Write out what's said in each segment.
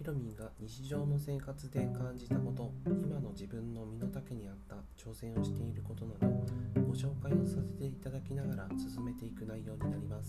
ロミンが日常の生活で感じたこと、今の自分の身の丈に合った挑戦をしていることなど、ご紹介をさせていただきながら進めていく内容になります。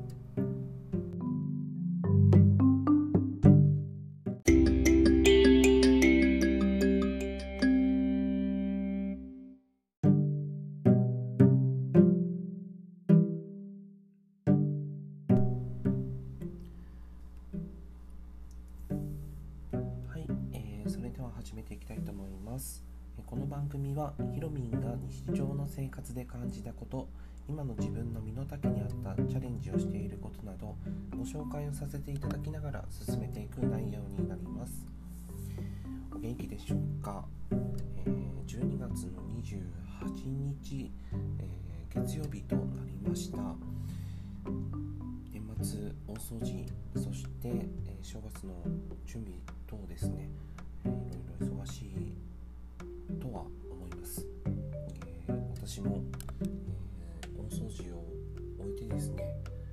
それでは始めていきたいと思います。この番組はヒロミンが日常の生活で感じたこと、今の自分の身の丈に合ったチャレンジをしていることなど、ご紹介をさせていただきながら進めていく内容になります。お元気でしょうか。12月の28日、月曜日となりました。年末大掃除、そして、正月の準備等ですね、いろいろ忙しいとは思います。私も、大掃除を終えてですね、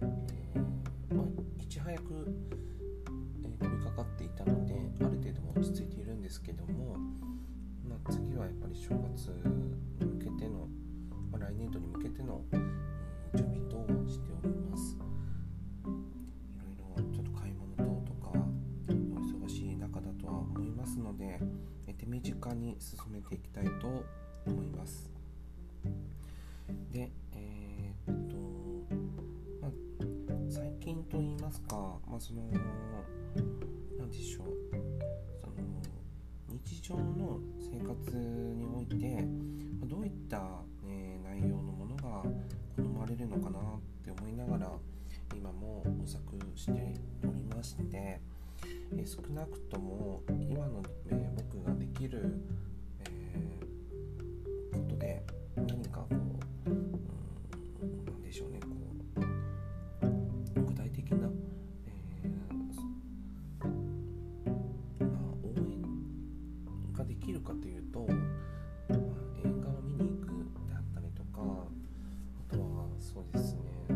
いち早く、飛びかかっていたので、ある程度落ち着いているんですけども、次はやっぱり正月に向けての、来年度に向けての、準備等をしております。いろいろちょっと買い物等とかお忙しい中だとは思いますので、手短に進めていきたいと思います。で、最近といいますか、なんでしょう、日常の生活においてどういった、内容のものが好まれるのかなって思いながら今も模索しておりまして、少なくとも今の、僕ができる、ことで何かなんでしょうね、具体的な、応援ができるかというと、映画を見に行くであったりとか、あとはそうですね、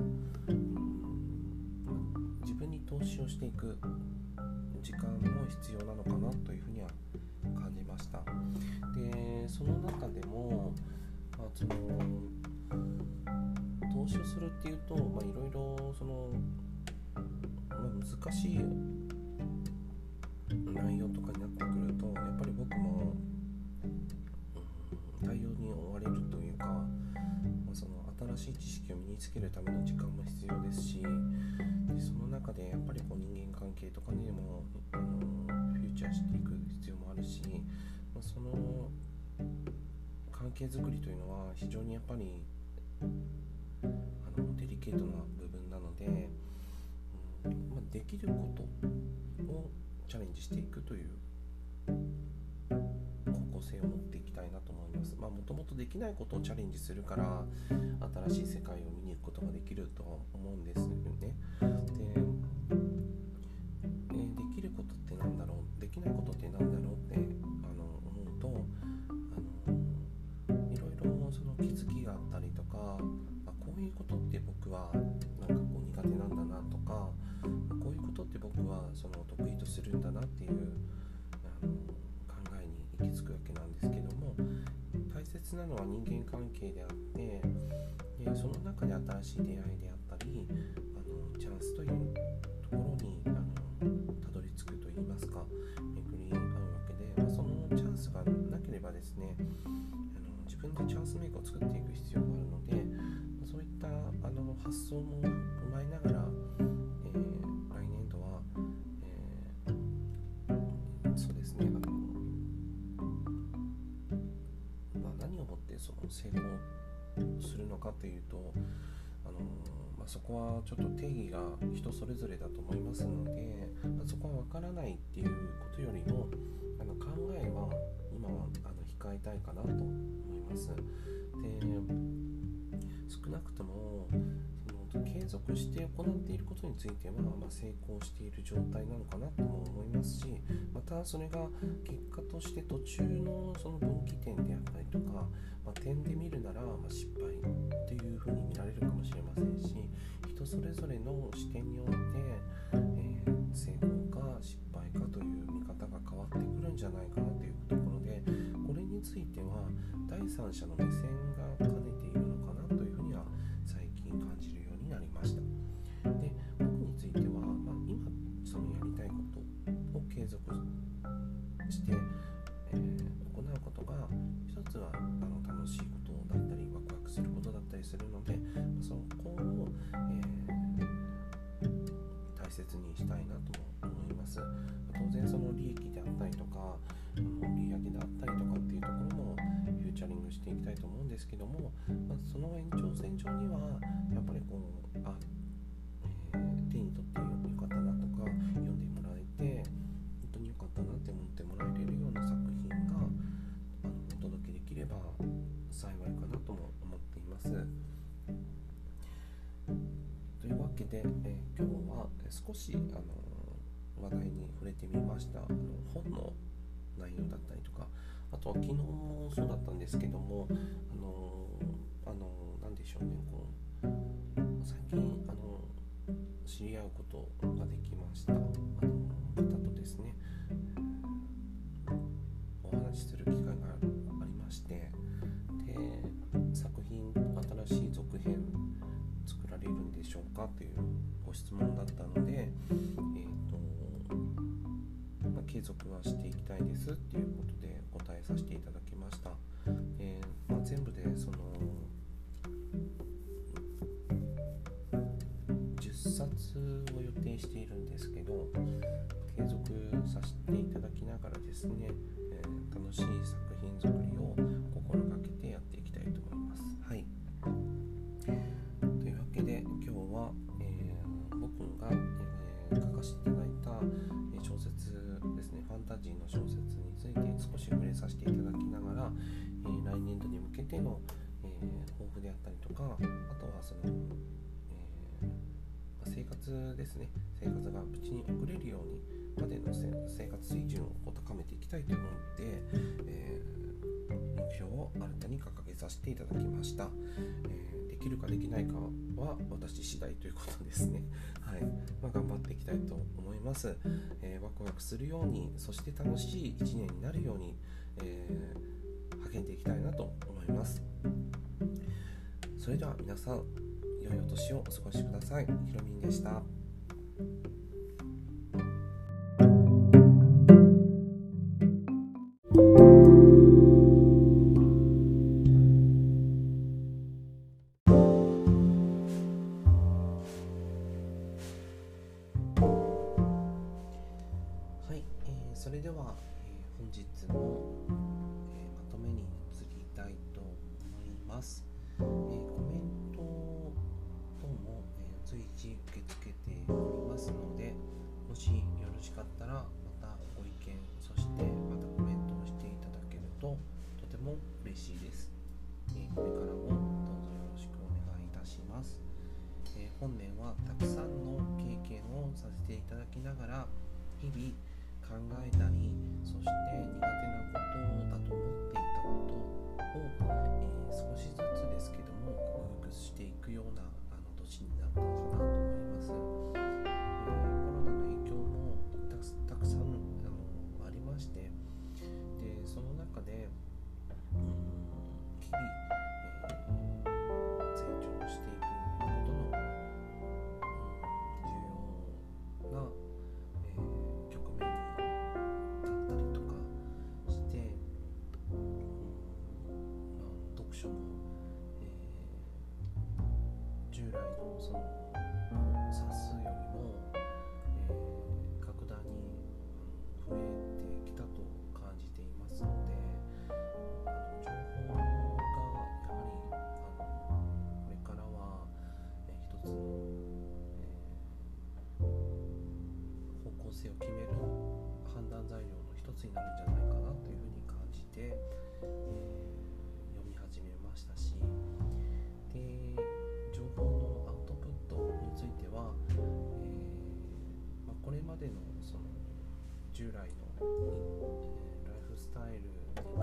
自分に投資をしていく時間も必要なのかなというふうには感じました。で、その中でも、投資をするっていうと、いろいろ難しい内容とかになってくると、やっぱり僕も、対応に追われるというか、新しい知識を身につけるための時間も必要ですし、でその中でやっぱり人間関係とかにもフューチャーしていく必要もあるし、その関係づくりというのは非常にやっぱりデリケートな部分なので、できることをチャレンジしていくという方向性を持っていきたいなと思います。もともとできないことをチャレンジするから新しい世界を見に行くことができるとは思うんですよね。できることってなんだろう、できないことってなんだろうって思うと、いろいろ気づきがあったりとか、こういうことって僕は苦手なんだなとか、こういうことって僕は得意とするんだなっていう考えに行き着くわけなんですけども、大切なのは人間関係であって、その中で新しい出会いであったり、チャンスというところにたどり着くといいますか、巡り合うわけで、そのチャンスがなければですね、自分でチャンスメイクを作っていく必要があるので、そういった発想も踏まえながら、来年度は、そうですね、何をもって成功するのかというと、そこはちょっと定義が人それぞれだと思いますので、そこは分からないっていうことよりも、考えは今は控えたいかなと思います。で、少なくとも継続して行っていることについては、成功している状態なのかなとも思いますし、またそれが結果として途中の分岐点であったりとか、点で見るなら失敗っていうふうに見られるかもしれませんし、人それぞれの視点において、成功か失敗かという切にしたいなとも思います。当然その利益であったりとか売上であったりとかっていうところもフューチャリングしていきたいと思うんですけども、その延長線上にはやっぱり手に取ってよかったなとか読んでもらえて本当によかったなって思ってもらえるような作品がお届けできれば幸いかなとも思っています。というわけで、今日は少し話題に触れてみました。本の内容だったりとか、あとは昨日もそうだったんですけども、なんでしょうね、最近知り合うことができました方とですね、お話しする機会がありまして、で作品新しい続編作られるんでしょうかというご質問だったので、継続はしていきたいですっていうことで答えさせていただきました。全部でその10冊を予定しているんですけど、継続させていただきながらですね、楽しい作品作りを心がけてやっていきたいと思います。はい。というわけで今日は、僕が、書かせていただいた小説ですね、ファンタジーの小説について少し触れさせていただきながら、来年度に向けての、抱負であったりとか、あとはその、生活ですね、生活が無事に送れるようにまでの生活水準を高めていきたいというので、目標を新たに掲げさせていただきました。できるかできないかは私次第ということですね。はい。頑張っていきたいと思います。ワクワクするように、そして楽しい1年になるように、励んでいきたいなと思います。それでは皆さん、良いお年をお過ごしください。ひろみんでした。それでは、本日の、まとめに移りたいと思います。コメント等も、随時受け付けておりますので、もしよろしかったらまたご意見、そしてまたコメントをしていただけるととても嬉しいです。これからもどうぞよろしくお願いいたします。本年はたくさんの経験をさせていただきながら、日々考えたり、そして苦手なことだと思っていたことを、少しずつですけども克服していくような年になったのかなと思います。コロナの影響もたくさんありまして、でその中で日々、成長していくことの、重要な局面に立ったりとかして、読書も、従来のその冊数よりも、格段に増えてきたと感じていますので、情報がやはりこれからは一つの、方向性を決める判断材料の一つになるんじゃないかなというふうに感じて、読み始めましたし、で情報のアウトプットについては、これまでのその従来の、ライフスタイルに加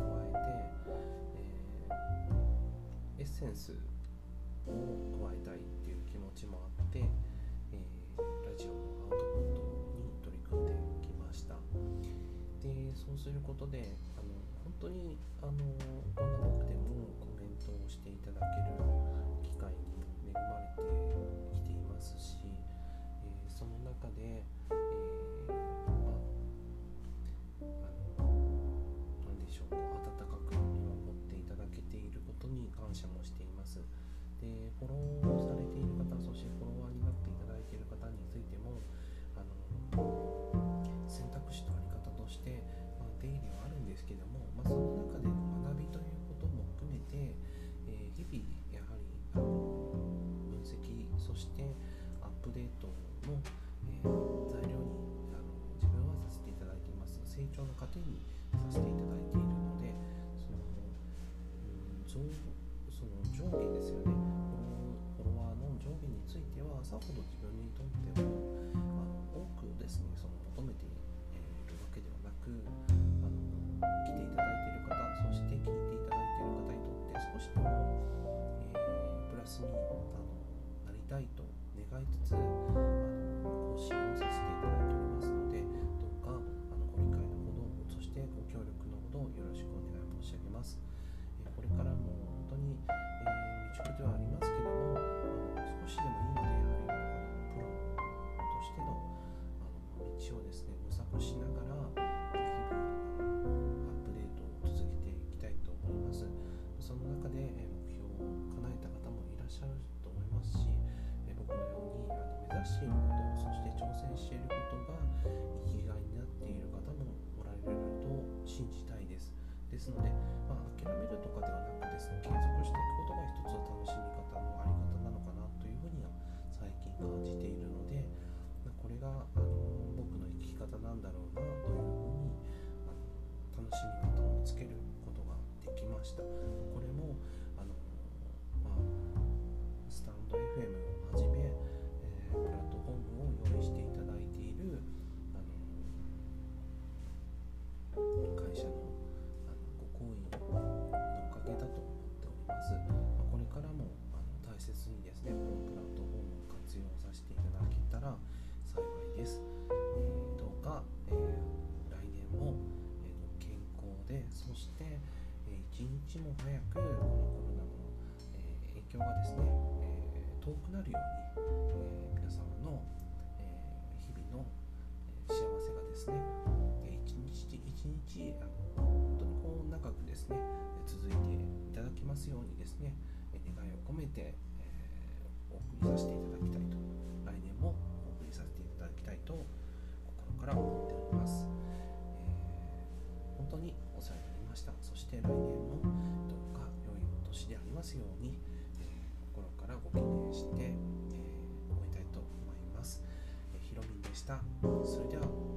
えて、エッセンスを加えたいっていう気持ちもあって、ラジオのアウトプットに取り組んできました。でそうすることで本当にこんな僕でもコメントをしていただける機会に恵まれてきていますし、その中で、何でしょう、温かく見守っていただけていることに感謝もしています。でフォローされている方、そしてフォロワーになっていただいている方についてもップデートの、材料に自分はさせていただいています。成長の過程にさせていただいているので、その上下ですよね。フォロワーの上下についてはさほど自分にとっても多くですね求めているわけではなく、来ていただいている方、そして聞いていただいている方にとって少しでも、プラスになりたいと願いつつ更新をさせていただいておりますので、どうかご理解のほど、そしてご協力のほどよろしくお願い申し上げます。これからも本当に、未熟ではありますけども、少しでもいいのでプロとしての道をですね模索しながら日々アップデートを続けていきたいと思います。その中で目標を叶えた方もいらっしゃると思いますし、僕のように目指していること、そして挑戦していることが生きがいになっている方もおられると信じたいです。ですので、諦めるとかではなくですね、継続していくことが一つの楽しみ方のあり方なのかなというふうには最近感じているので、これが僕の生き方なんだろうなというふうに楽しみ方をつけることができました。これもスタンド FM をはじめ、プラットフォームを用意していただいている会社の行為のおかげだと思っております。これからも大切にですね、このプラットフォームを活用させていただけたら幸いです。どうか、来年も、健康で、そして一日も早くこのコロナの、影響がですね、遠くなるように、皆様の、日々の、幸せがですね、一日一日本当に長くですね続いていただきますようにですね、願いを込めて、お送りさせていただきたいと、来年もお送りさせていただきたいと心から思っております。本当にお世話になりました。そして来年もどうか良いお年でありますように、心からご記念して、終えたいと思います。ひろみんでした。それでは